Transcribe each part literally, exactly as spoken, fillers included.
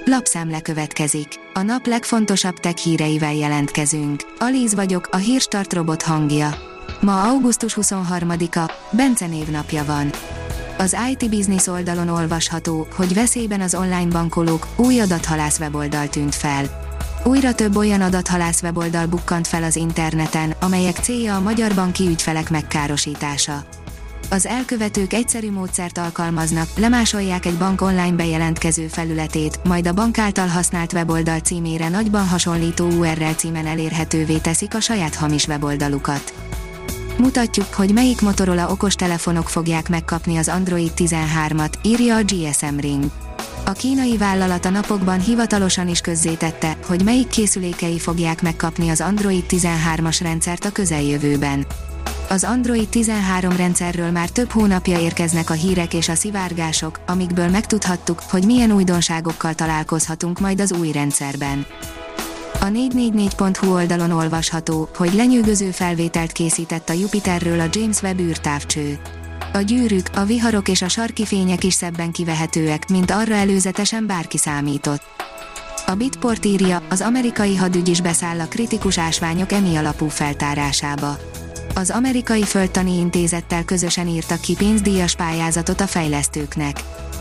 Lapszemle következik. A nap legfontosabb tech híreivel jelentkezünk. Alíz vagyok, a Hírstart robot hangja. Ma augusztus huszonharmadika, Bence névnapja van. Az i té Business oldalon olvasható, hogy veszélyben az online bankolók, új adathalász weboldal tűnt fel. Újra több olyan adathalász weboldal bukkant fel az interneten, amelyek célja a magyar banki ügyfelek megkárosítása. Az elkövetők egyszerű módszert alkalmaznak, lemásolják egy bank online bejelentkező felületét, majd a bank által használt weboldal címére nagyban hasonlító u er el címen elérhetővé teszik a saját hamis weboldalukat. Mutatjuk, hogy melyik Motorola okostelefonok fogják megkapni az Android tizenhármat, írja a gé es em Ring. A kínai vállalat a napokban hivatalosan is közzétette, hogy melyik készülékei fogják megkapni az Android tizenhármas rendszert a közeljövőben. Az Android tizenhárom rendszerről már több hónapja érkeznek a hírek és a szivárgások, amikből megtudhattuk, hogy milyen újdonságokkal találkozhatunk majd az új rendszerben. A négy négy négy pont hu oldalon olvasható, hogy lenyűgöző felvételt készített a Jupiterről a James Webb űrtávcső. A gyűrűk, a viharok és a sarki fények is szebben kivehetőek, mint arra előzetesen bárki számított. A Bitport írja, az amerikai hadügy is beszáll a kritikus ásványok emi alapú feltárásába. Az amerikai földtani intézettel közösen írtak ki pénzdíjas pályázatot a fejlesztőknek.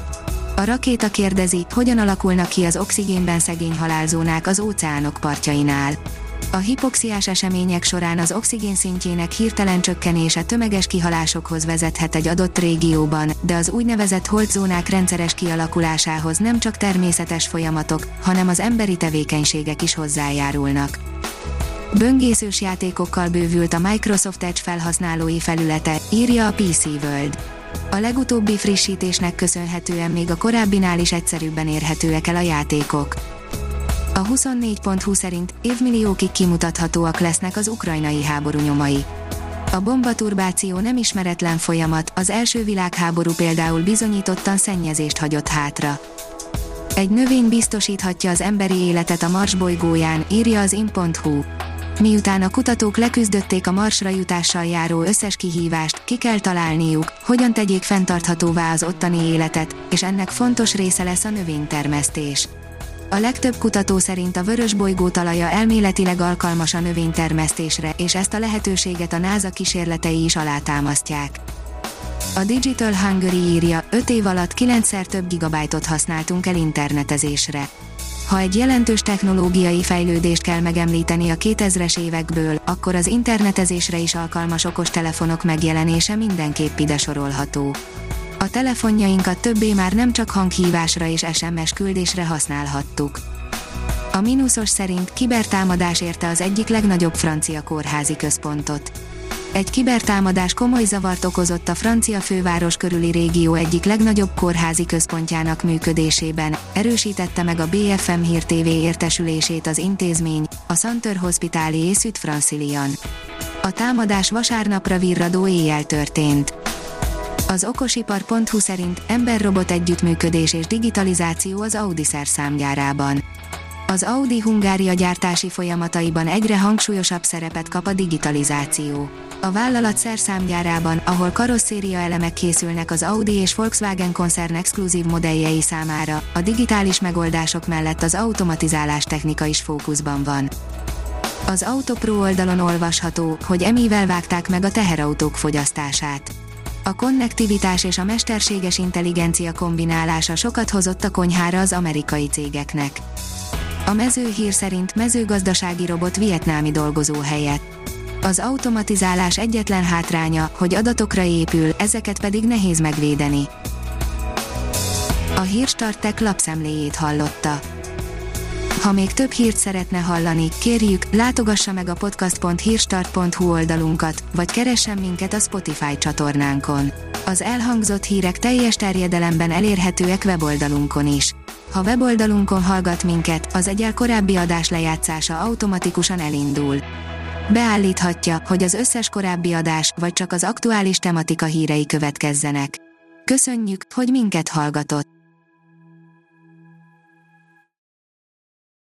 A rakéta kérdezi, hogyan alakulnak ki az oxigénben szegény halálzónák az óceánok partjainál. A hipoxiás események során az oxigén szintjének hirtelen csökkenése tömeges kihalásokhoz vezethet egy adott régióban, de az úgynevezett holtzónák rendszeres kialakulásához nem csak természetes folyamatok, hanem az emberi tevékenységek is hozzájárulnak. Böngészős játékokkal bővült a Microsoft Edge felhasználói felülete, írja a pé cé World. A legutóbbi frissítésnek köszönhetően még a korábbinál is egyszerűbben érhetőek el a játékok. A huszonnégy pont hu szerint évmilliókig kimutathatóak lesznek az ukrajnai háború nyomai. A bombaturbáció nem ismeretlen folyamat, az első világháború például bizonyítottan szennyezést hagyott hátra. Egy növény biztosíthatja az emberi életet a Mars bolygóján, írja az in pont hu. Miután a kutatók leküzdötték a Marsra jutással járó összes kihívást, ki kell találniuk, hogyan tegyék fenntarthatóvá az ottani életet, és ennek fontos része lesz a növénytermesztés. A legtöbb kutató szerint a vörös bolygó talaja elméletileg alkalmas a növénytermesztésre, és ezt a lehetőséget a NASA kísérletei is alátámasztják. A Digital Hungary írja, öt év alatt kilencszer több gigabájtot használtunk el internetezésre. Ha egy jelentős technológiai fejlődést kell megemlíteni a kétezres évekből, akkor az internetezésre is alkalmas okostelefonok megjelenése mindenképp ide sorolható. A telefonjainkat többé már nem csak hanghívásra és es em es küldésre használhattuk. A mínuszos szerint kibertámadás érte az egyik legnagyobb francia kórházi központot. Egy kibertámadás komoly zavart okozott a francia főváros körüli régió egyik legnagyobb kórházi központjának működésében, erősítette meg a bé ef em Hír té vé értesülését az intézmény, a Centre Hospitalier Sud Francilian. A támadás vasárnapra virradó éjjel történt. Az okosipar pont hu szerint ember-robot együttműködés és digitalizáció az Audi szerszámgyárában. Az Audi Hungária gyártási folyamataiban egyre hangsúlyosabb szerepet kap a digitalizáció. A vállalat szerszámgyárában, ahol karosszéria elemek készülnek az Audi és Volkswagen koncern exkluzív modelljei számára, a digitális megoldások mellett az automatizálás technika is fókuszban van. Az Autopro oldalon olvasható, hogy emivel vágták meg a teherautók fogyasztását. A konnektivitás és a mesterséges intelligencia kombinálása sokat hozott a konyhára az amerikai cégeknek. A Mezőhír szerint mezőgazdasági robot vietnámi dolgozóhelye. Az automatizálás egyetlen hátránya, hogy adatokra épül, ezeket pedig nehéz megvédeni. A Hírstart Tech lapszemléjét hallotta. Ha még több hírt szeretne hallani, kérjük, látogassa meg a podcast pont hírstart pont hu oldalunkat, vagy keressen minket a Spotify csatornánkon. Az elhangzott hírek teljes terjedelemben elérhetőek weboldalunkon is. Ha weboldalunkon hallgat minket, az egyel korábbi adás lejátszása automatikusan elindul. Beállíthatja, hogy az összes korábbi adás, vagy csak az aktuális tematika hírei következzenek. Köszönjük, hogy minket hallgatott!